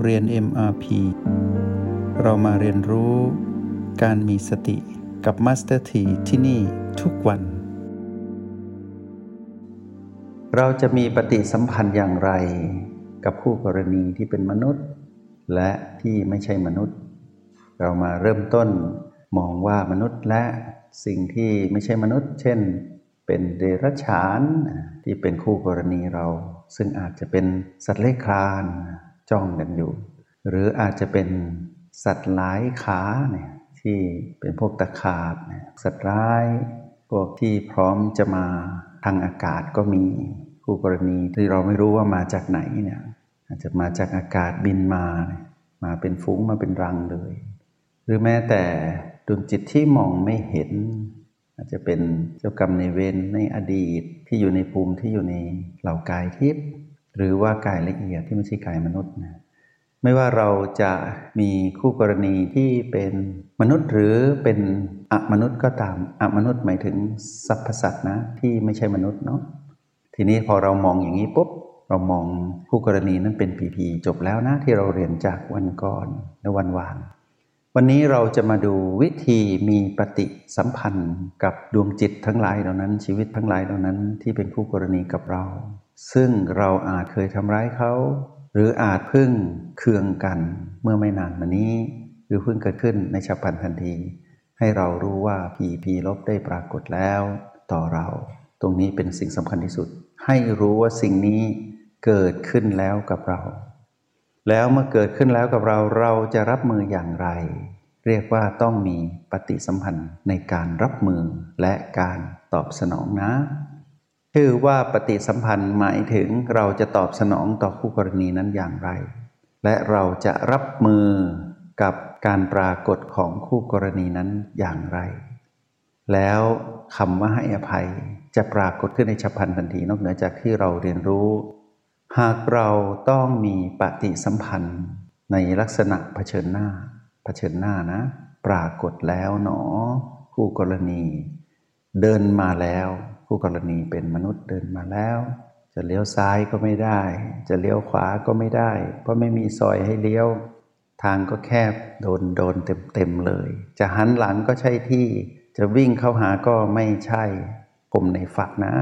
เรียน MRP เรามาเรียนรู้การมีสติกับ Master T ที่นี่ทุกวันเราจะมีปฏิสัมพันธ์อย่างไรกับคู่กรณีที่เป็นมนุษย์และที่ไม่ใช่มนุษย์เรามาเริ่มต้นมองว่ามนุษย์และสิ่งที่ไม่ใช่มนุษย์เช่นเป็นเดรัจฉานที่เป็นคู่กรณีเราซึ่งอาจจะเป็นสัตว์เลื้อยคลานจ้องกันอยู่หรืออาจจะเป็นสัตว์หลายขาเนี่ยที่เป็นพวกตะขาบสัตว์ร้ายพวกที่พร้อมจะมาทางอากาศก็มีคู่กรณีที่เราไม่รู้ว่ามาจากไหนเนี่ยอาจจะมาจากอากาศบินมาเป็นฝูงมาเป็นรังเลยหรือแม้แต่ดวงจิตที่มองไม่เห็นอาจจะเป็นเจ้ากรรมนายเวรในอดีตที่อยู่ในภูมิที่อยู่ในเหล่ากายทิพย์หรือว่ากายละเอียดที่ไม่ใช่กายมนุษย์นะไม่ว่าเราจะมีคู่กรณีที่เป็นมนุษย์หรือเป็นอมนุษย์ก็ตามอมนุษย์หมายถึงสรรพสัตว์นะที่ไม่ใช่มนุษย์เนาะทีนี้พอเรามองอย่างนี้ปุ๊บเรามองคู่กรณีนั้นเป็นผีจบแล้วนะที่เราเรียนจากวันก่อนและวันวานวันนี้เราจะมาดูวิธีมีปฏิสัมพันธ์กับดวงจิตทั้งหลายเหล่านั้นชีวิตทั้งหลายเหล่านั้นที่เป็นคู่กรณีกับเราซึ่งเราอาจเคยทำร้ายเขาหรืออาจเพิ่งเคืองกันเมื่อไม่นานมานี้หรือเพิ่งเกิดขึ้นในฉับพลันทันทีให้เรารู้ว่าผีลบได้ปรากฏแล้วต่อเราตรงนี้เป็นสิ่งสำคัญที่สุดให้รู้ว่าสิ่งนี้เกิดขึ้นแล้วกับเราแล้วเมื่อเกิดขึ้นแล้วกับเราเราจะรับมืออย่างไรเรียกว่าต้องมีปฏิสัมพันธ์ในการรับมือและการตอบสนองนะชื่อว่าปฏิสัมพันธ์หมายถึงเราจะตอบสนองต่อคู่กรณีนั้นอย่างไรและเราจะรับมือกับการปรากฏของคู่กรณีนั้นอย่างไรแล้วคำว่าให้อภัยจะปรากฏขึ้นในฉับพลันทันทีนอกเหนือจากที่เราเรียนรู้หากเราต้องมีปฏิสัมพันธ์ในลักษณะเผชิญหน้านะปรากฏแล้วหนอคู่กรณีเดินมาแล้วคู่กรณีเป็นมนุษย์เดินมาแล้วจะเลี้ยวซ้ายก็ไม่ได้จะเลี้ยวขวาก็ไม่ได้เพราะไม่มีซอยให้เลี้ยวทางก็แคบโดนเต็มเลยจะหันหลังก็ใช่ที่จะวิ่งเข้าหาก็ไม่ใช่ผมในฝักนะ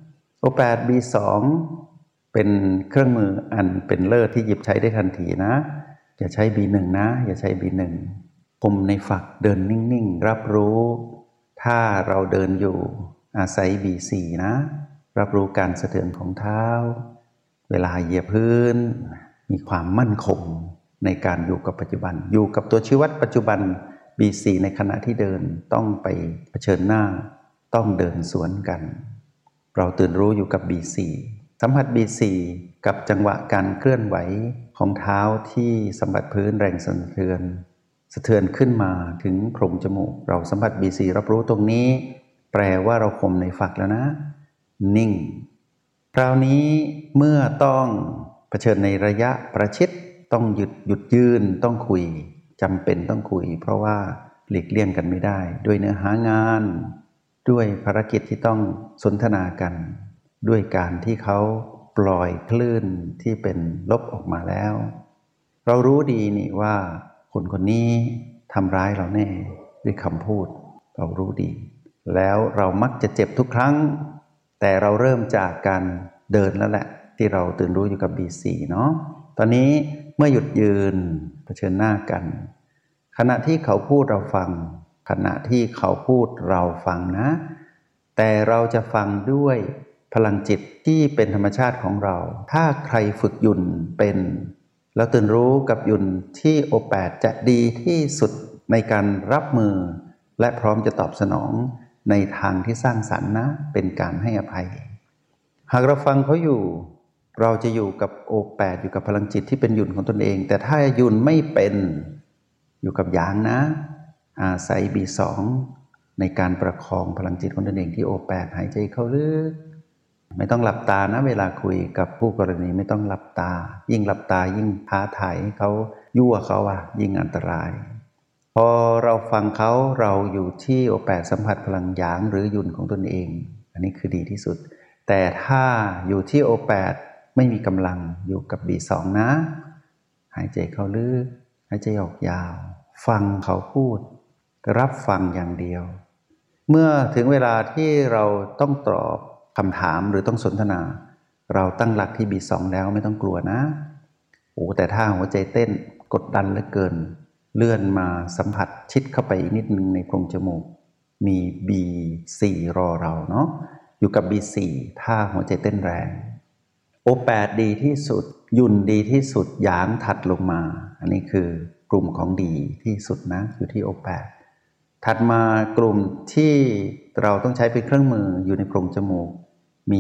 O8 B2 เป็นเครื่องมืออันเป็นเลิศที่หยิบใช้ได้ทันทีนะอย่าใช้ B1 นะอย่าใช้ B1 ผมในฝักเดินนิ่งๆรับรู้ถ้าเราเดินอยู่อาศัย B4 นะรับรู้การสะเทือนของเท้าเวลาเหยียบพื้นมีความมั่นคงในการอยู่กับปัจจุบันอยู่กับตัวชี้วัดปัจจุบัน B4 ในขณะที่เดินต้องไปเผชิญหน้าต้องเดินสวนกันเราตื่นรู้อยู่กับ B4 สัมผัส B4 กับจังหวะการเคลื่อนไหวของเท้าที่สัมผัสพื้นแรงสั่นสะเทือนขึ้นมาถึงโพรงจมูกเราสัมผัส B4 รับรู้ตรงนี้แปลว่าเราคมในฝักแล้วนะนิ่งคราวนี้เมื่อต้องเผชิญในระยะประชิดต้องหยุดยืนต้องคุยจำเป็นต้องคุยเพราะว่าหลีกเลี่ยงกันไม่ได้ด้วยเนื้อหางานด้วยภารกิจที่ต้องสนทนากันด้วยการที่เขาปล่อยคลื่นที่เป็นลบออกมาแล้วเรารู้ดีนี่ว่าคนนี้ทำร้ายเราแน่ด้วยคำพูดเรารู้ดีแล้วเรามักจะเจ็บทุกครั้งแต่เราเริ่มจากการเดินแล้วแหละที่เราตื่นรู้อยู่กับ B4 เนาะตอนนี้เมื่อหยุดยืนเผชิญหน้ากันขณะที่เขาพูดเราฟังขณะที่เขาพูดเราฟังนะแต่เราจะฟังด้วยพลังจิตที่เป็นธรรมชาติของเราถ้าใครฝึกหยุ่นเป็นแล้วตื่นรู้กับหยุ่นที่O8จะดีที่สุดในการรับมือและพร้อมจะตอบสนองในทางที่สร้างสรรค์นะเป็นการให้อภัยหากเราฟังเขาอยู่เราจะอยู่กับO8อยู่กับพลังจิตที่เป็นหยุ่นของตนเองแต่ถ้าหยุ่นไม่เป็นอยู่กับหยางนะอาศัย B2 ในการประคองพลังจิตของตนเองที่O8หายใจเข้าลึกไม่ต้องหลับตานะเวลาคุยกับผู้กรณีไม่ต้องหลับตายิ่งหลับตายิ่งท้าทายให้เขายั่วเขายิ่งอันตรายพอเราฟังเขาเราอยู่ที่O8สัมผัสพลังหยางหรือหยุ่นของตนเองอันนี้คือดีที่สุดแต่ถ้าอยู่ที่O8ไม่มีกำลังอยู่กับ B2 นะหายใจเข้าลึกหายใจออกยาวฟังเขาพูดรับฟังอย่างเดียวเมื่อถึงเวลาที่เราต้องตอบคำถามหรือต้องสนทนาเราตั้งหลักที่ B2 แล้วไม่ต้องกลัวนะแต่ถ้าหัวใจเต้นกดดันเหลือเกินเลื่อนมาสัมผัสชิดเข้าไปอีกนิดนึงในโพรงจมูกมี B4 รอเราเนาะอยู่กับ B4 ถ้าหัวใจเต้นแรง O8 ดีที่สุดยุ่นดีที่สุดหยางถัดลงมาอันนี้คือกลุ่มของดีที่สุดนะอยู่ที่ O8 ถัดมากลุ่มที่เราต้องใช้เป็นเครื่องมืออยู่ในโพรงจมูกมี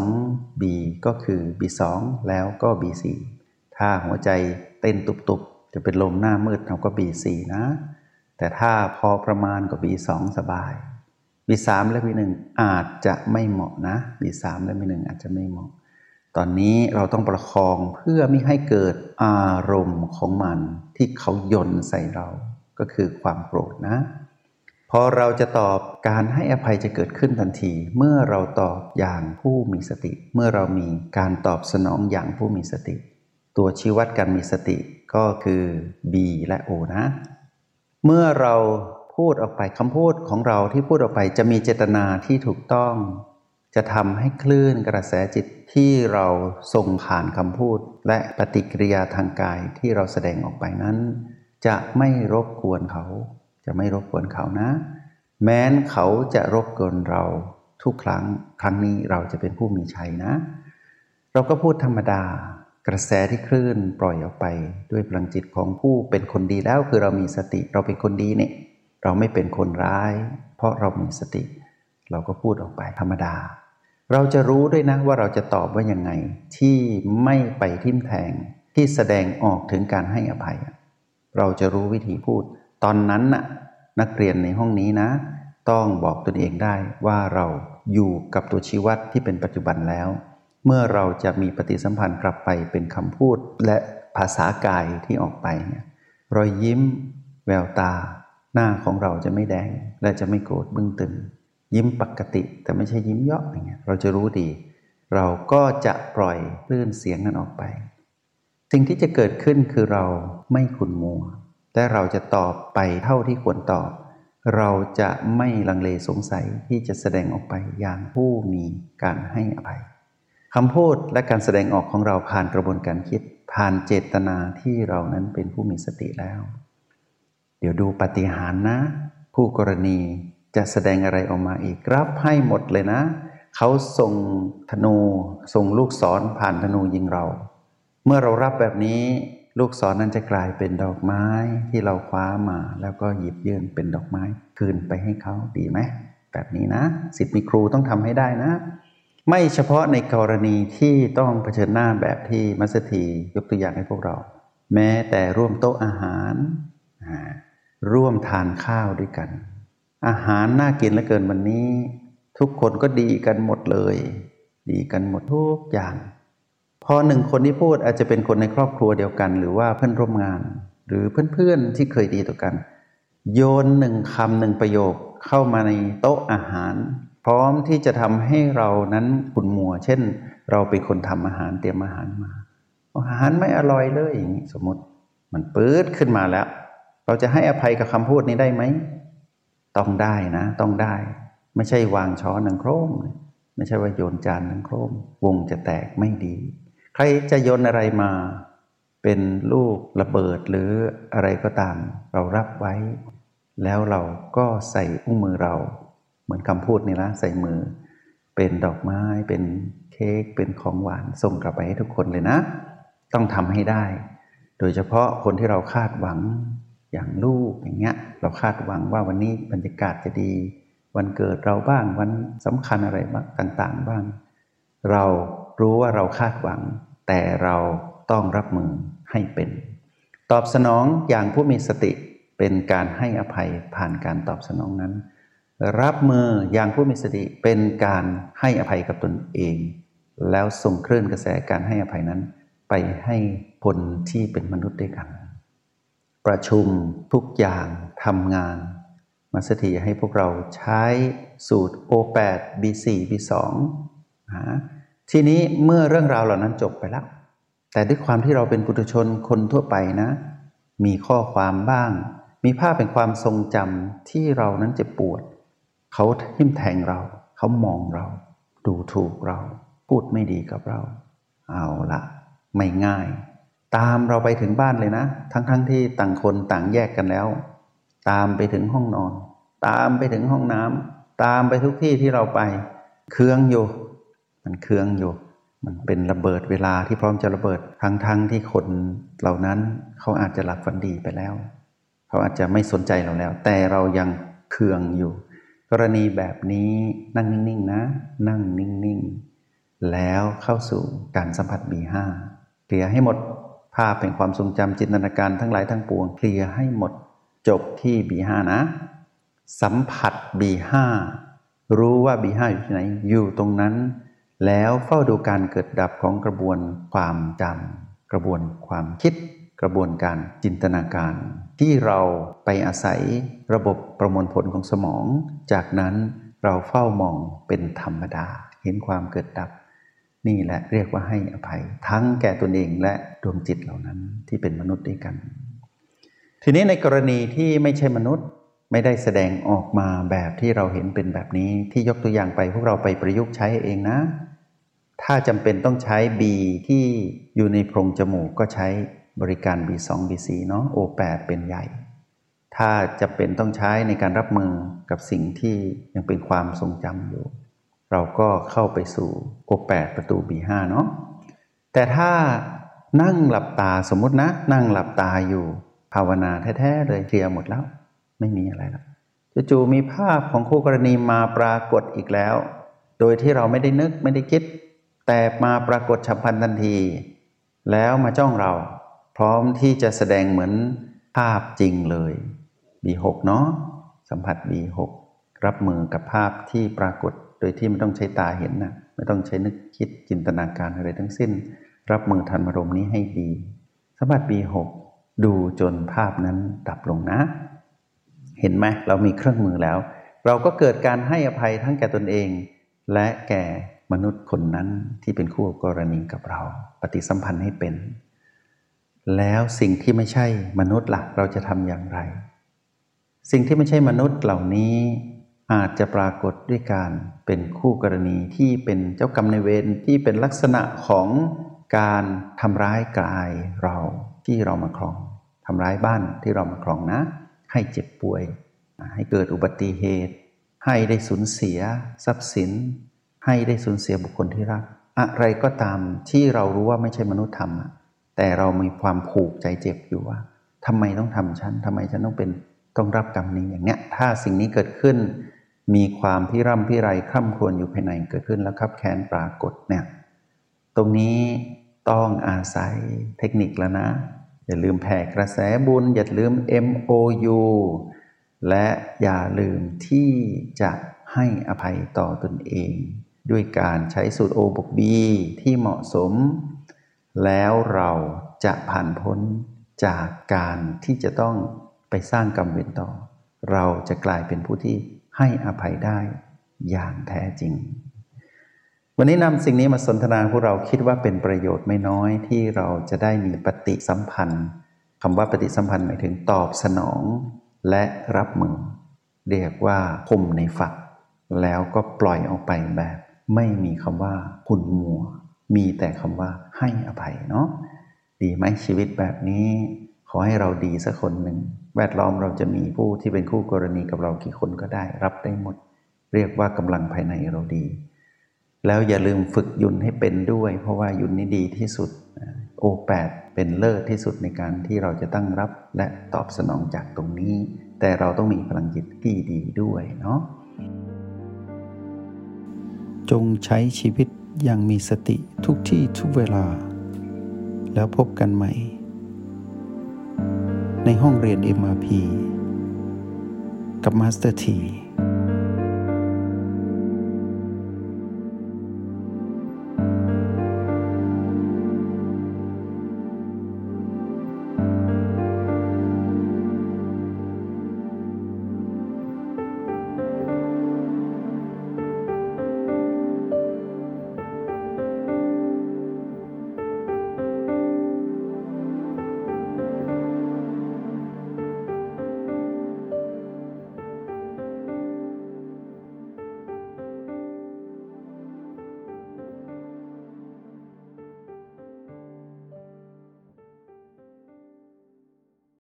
2B ก็คือ B2 แล้วก็ B4 ถ้าหัวใจเต้นตุบๆจะเป็นลมหน้ามืดเราก็ B4 นะแต่ถ้าพอประมาณก็ B2 สบาย B3 และ B1 อาจจะไม่เหมาะนะ B3 และ B1 อาจจะไม่เหมาะตอนนี้เราต้องประคองเพื่อไม่ให้เกิดอารมณ์ของมันที่เขาโยนใส่เราก็คือความโกรธนะพอเราจะตอบการให้อภัยจะเกิดขึ้นทันทีเมื่อเราตอบอย่างผู้มีสติเมื่อเรามีการตอบสนองอย่างผู้มีสติตัวชี้วัดการมีสติก็คือ B และ O นะเมื่อเราพูดออกไปคำพูดของเราที่พูดออกไปจะมีเจตนาที่ถูกต้องจะทำให้คลื่นกระแสจิตที่เราส่งผ่านคำพูดและปฏิกิริยาทางกายที่เราแสดงออกไปนั้นจะไม่รบกวนเขาจะไม่รบกวนเขานะแม้นเขาจะรบกวนเราทุกครั้งนี้เราจะเป็นผู้มีชัยนะเราก็พูดธรรมดากระแสที่คลื่นปล่อยออกไปด้วยพลังจิตของผู้เป็นคนดีแล้วคือเรามีสติเราเป็นคนดีเนี่ยเราไม่เป็นคนร้ายเพราะเรามีสติเราก็พูดออกไปธรรมดาเราจะรู้ด้วยนะว่าเราจะตอบว่ายังไงที่ไม่ไปทิ่มแทงที่แสดงออกถึงการให้อภัยเราจะรู้วิธีพูดตอนนั้นน่ะนักเรียนในห้องนี้นะต้องบอกตนเองได้ว่าเราอยู่กับตัวชี้วัดที่เป็นปัจจุบันแล้วเมื่อเราจะมีปฏิสัมพันธ์กลับไปเป็นคำพูดและภาษากายที่ออกไปเนี่ยรอยยิ้มแววตาหน้าของเราจะไม่แดงและจะไม่โกรธบึ้งตึงยิ้มปกติแต่ไม่ใช่ยิ้มเยาะอย่างเงี้ยเราจะรู้ดีเราก็จะปล่อยคลื่นเสียงนั้นออกไปสิ่งที่จะเกิดขึ้นคือเราไม่ขุ่นมัวและเราจะตอบไปเท่าที่ควรตอบเราจะไม่ลังเลสงสัยที่จะแสดงออกไปอย่างผู้มีการให้อภัยคำพูดและการแสดงออกของเราผ่านกระบวนการคิดผ่านเจตนาที่เรานั้นเป็นผู้มีสติแล้วเดี๋ยวดูปาฏิหาริย์นะผู้กรณีจะแสดงอะไรออกมาอีกรับให้หมดเลยนะเขาส่งธนูส่งลูกศรผ่านธนูยิงเราเมื่อเรารับแบบนี้ลูกศรนั้นจะกลายเป็นดอกไม้ที่เราคว้ามาแล้วก็หยิบยื่นเป็นดอกไม้คืนไปให้เขาดีไหมแบบนี้นะศิษย์มีครูต้องทำให้ได้นะไม่เฉพาะในกรณีที่ต้องเผชิญหน้าแบบที่มัสถียกตัวอย่างให้พวกเราแม้แต่ร่วมโต๊ะอาหารร่วมทานข้าวด้วยกันอาหารน่ากินเหลือเกินวันนี้ทุกคนก็ดีกันหมดเลยดีกันหมดทุกอย่างพอหนึ่งคนที่พูดอาจจะเป็นคนในครอบครัวเดียวกันหรือว่าเพื่อนร่วมงานหรือเพื่อนๆที่เคยดีต่อกันโยนหนึ่งคำหนึ่งประโยคเข้ามาในโต๊ะอาหารพร้อมที่จะทำให้เรานั้นขุ่นมัวเช่นเราเป็นคนทำอาหารเตรียมอาหารมาอาหารไม่อร่อยเลยอย่างนี้สมมติมันปื๊ดขึ้นมาแล้วเราจะให้อภัยกับคำพูดนี้ได้ไหมต้องได้นะต้องได้ไม่ใช่วางช้อนนังโครมไม่ใช่ว่าโยนจานนังโครมวงจะแตกไม่ดีใครจะโยนอะไรมาเป็นลูกระเบิดหรืออะไรก็ตามเรารับไว้แล้วเราก็ใส่อุ้งมือเราเหมือนคำพูดนี่ละใส่มือเป็นดอกไม้เป็นเค้กเป็นของหวานส่งกลับไปให้ทุกคนเลยนะต้องทำให้ได้โดยเฉพาะคนที่เราคาดหวังอย่างลูกอย่างเงี้ยเราคาดหวังว่าวันนี้บรรยากาศจะดีวันเกิดเราบ้างวันสำคัญอะไรบ้างต่างๆบ้างเรารู้ว่าเราคาดหวังแต่เราต้องรับมือให้เป็นตอบสนองอย่างผู้มีสติเป็นการให้อภัยผ่านการตอบสนองนั้นรับมืออย่างผู้มีสติเป็นการให้อภัยกับตนเองแล้วส่งคลื่นกระแสการให้อภัยนั้นไปให้คนที่เป็นมนุษย์ด้วยกันประชุมทุกอย่างทำงานมัสถีให้พวกเราใช้สูตร O8 B4 B2 ทีนี้เมื่อเรื่องราวเหล่านั้นจบไปแล้วแต่ด้วยความที่เราเป็นปุถุชนคนทั่วไปนะมีข้อความบ้างมีภาพเป็นความทรงจำที่เรานั้นเจ็บปวดเขาทิ่มแทงเราเขามองเราดูถูกเราพูดไม่ดีกับเราเอาละไม่ง่ายตามเราไปถึงบ้านเลยนะทั้งที่ต่างคนต่างแยกกันแล้วตามไปถึงห้องนอนตามไปถึงห้องน้ำตามไปทุกที่ที่เราไปเคืองอยู่มันเคืองอยู่มันเป็นระเบิดเวลาที่พร้อมจะระเบิดทั้งที่คนเหล่านั้นเขาอาจจะหลับฝันดีไปแล้วเขาอาจจะไม่สนใจเราแล้วแต่เรายังเคืองอยู่กรณีแบบนี้นั่งนิ่งๆนะนั่งนิ่งๆแล้วเข้าสู่การสัมผัส B5 เคลียร์ให้หมดภาพเป็นความทรงจำจินตนาการทั้งหลายทั้งปวงเคลียร์ให้หมดจบที่ B5 นะสัมผัส B5 รู้ว่า B5 อยู่ที่ไหนอยู่ตรงนั้นแล้วเฝ้าดูการเกิดดับของกระบวนความจำกระบวนความคิดกระบวนการจินตนาการที่เราไปอาศัยระบบประมวลผลของสมองจากนั้นเราเฝ้ามองเป็นธรรมดาเห็นความเกิดดับนี่แหละเรียกว่าให้อภัยทั้งแก่ตนเองและดวงจิตเหล่านั้นที่เป็นมนุษย์ด้วยกันทีนี้ในกรณีที่ไม่ใช่มนุษย์ไม่ได้แสดงออกมาแบบที่เราเห็นเป็นแบบนี้ที่ยกตัวอย่างไปพวกเราไปประยุกต์ใช้เองนะถ้าจำเป็นต้องใช้ B ที่อยู่ในโพรงจมูกก็ใช้บริการ B2 B4 เนาะ O8 เป็นใหญ่ถ้าจะเป็นต้องใช้ในการรับมือกับสิ่งที่ยังเป็นความทรงจำอยู่เราก็เข้าไปสู่ O8 ประตู B5 เนาะแต่ถ้านั่งหลับตาสมมุตินะนั่งหลับตาอยู่ภาวนาแท้ๆเลยเคลียร์หมดแล้วไม่มีอะไรแล้วจู่ๆมีภาพของคู่กรณีมาปรากฏอีกแล้วโดยที่เราไม่ได้นึกไม่ได้คิดแต่มาปรากฏฉับพลันทันทีแล้วมาจ้องเราพร้อมที่จะแสดงเหมือนภาพจริงเลย B6 เนาะสัมผัส B6 รับมือกับภาพที่ปรากฏโดยที่ไม่ต้องใช้ตาเห็นนะไม่ต้องใช้นึกคิดจินตนาการอะไรทั้งสิ้นรับมือทันอารมณ์นี้ให้ดีสัมผัส B6 ดูจนภาพนั้นดับลงนะเห็นไหมเรามีเครื่องมือแล้วเราก็เกิดการให้อภัยทั้งแก่ตนเองและแก่มนุษย์คนนั้นที่เป็นคู่กรณีกับเราปฏิสัมพันธ์ให้เป็นแล้วสิ่งที่ไม่ใช่มนุษย์ล่ะเราจะทำอย่างไรสิ่งที่ไม่ใช่มนุษย์เหล่านี้อาจจะปรากฏด้วยการเป็นคู่กรณีที่เป็นเจ้ากรรมนายเวรที่เป็นลักษณะของการทำร้ายกายเราที่เรามาครองทำร้ายบ้านที่เรามาครองนะให้เจ็บป่วยให้เกิดอุบัติเหตุให้ได้สูญเสียทรัพย์สินให้ได้สูญเสียบุคคลที่รักอะไรก็ตามที่เรารู้ว่าไม่ใช่มนุษย์ทำแต่เรามีความผูกใจเจ็บอยู่ว่าทำไมต้องทำฉันทำไมฉันต้องรับกรรมนี้อย่างเนี้ยถ้าสิ่งนี้เกิดขึ้นมีความพิร่ำพิไรคร่ำครวญอยู่ภายในเกิดขึ้นแล้วคับแค้นปรากฏเนี่ยตรงนี้ต้องอาศัยเทคนิคแล้วนะอย่าลืมแผ่กระแสบุญอย่าลืม MOU และอย่าลืมที่จะให้อภัยต่อตนเองด้วยการใช้สูตร O+B ที่เหมาะสมแล้วเราจะผ่านพ้นจากการที่จะต้องไปสร้างกรรมเวรต่อเราจะกลายเป็นผู้ที่ให้อภัยได้อย่างแท้จริงวันนี้นำสิ่งนี้มาสนทนาพวกเราคิดว่าเป็นประโยชน์ไม่น้อยที่เราจะได้มีปฏิสัมพันธ์คำว่าปฏิสัมพันธ์หมายถึงตอบสนองและรับมือเรียกว่าคมในฝักแล้วก็ปล่อยออกไปแบบไม่มีคำว่าขุ่นมัวมีแต่คำว่าให้อภัยเนาะดีไหมชีวิตแบบนี้ขอให้เราดีสักคนหนึ่งแวดล้อมเราจะมีผู้ที่เป็นคู่กรณีกับเรากี่คนก็ได้รับได้หมดเรียกว่ากำลังภายในเราดีแล้วอย่าลืมฝึกยุนให้เป็นด้วยเพราะว่ายุนนี้ดีที่สุด O8 เป็นเลิศที่สุดในการที่เราจะตั้งรับและตอบสนองจากตรงนี้แต่เราต้องมีพลังจิตที่ดีด้วยเนาะจงใช้ชีวิตอย่างมีสติทุกที่ทุกเวลาแล้วพบกันใหม่ในห้องเรียน MRP กับมาสเตอร์ที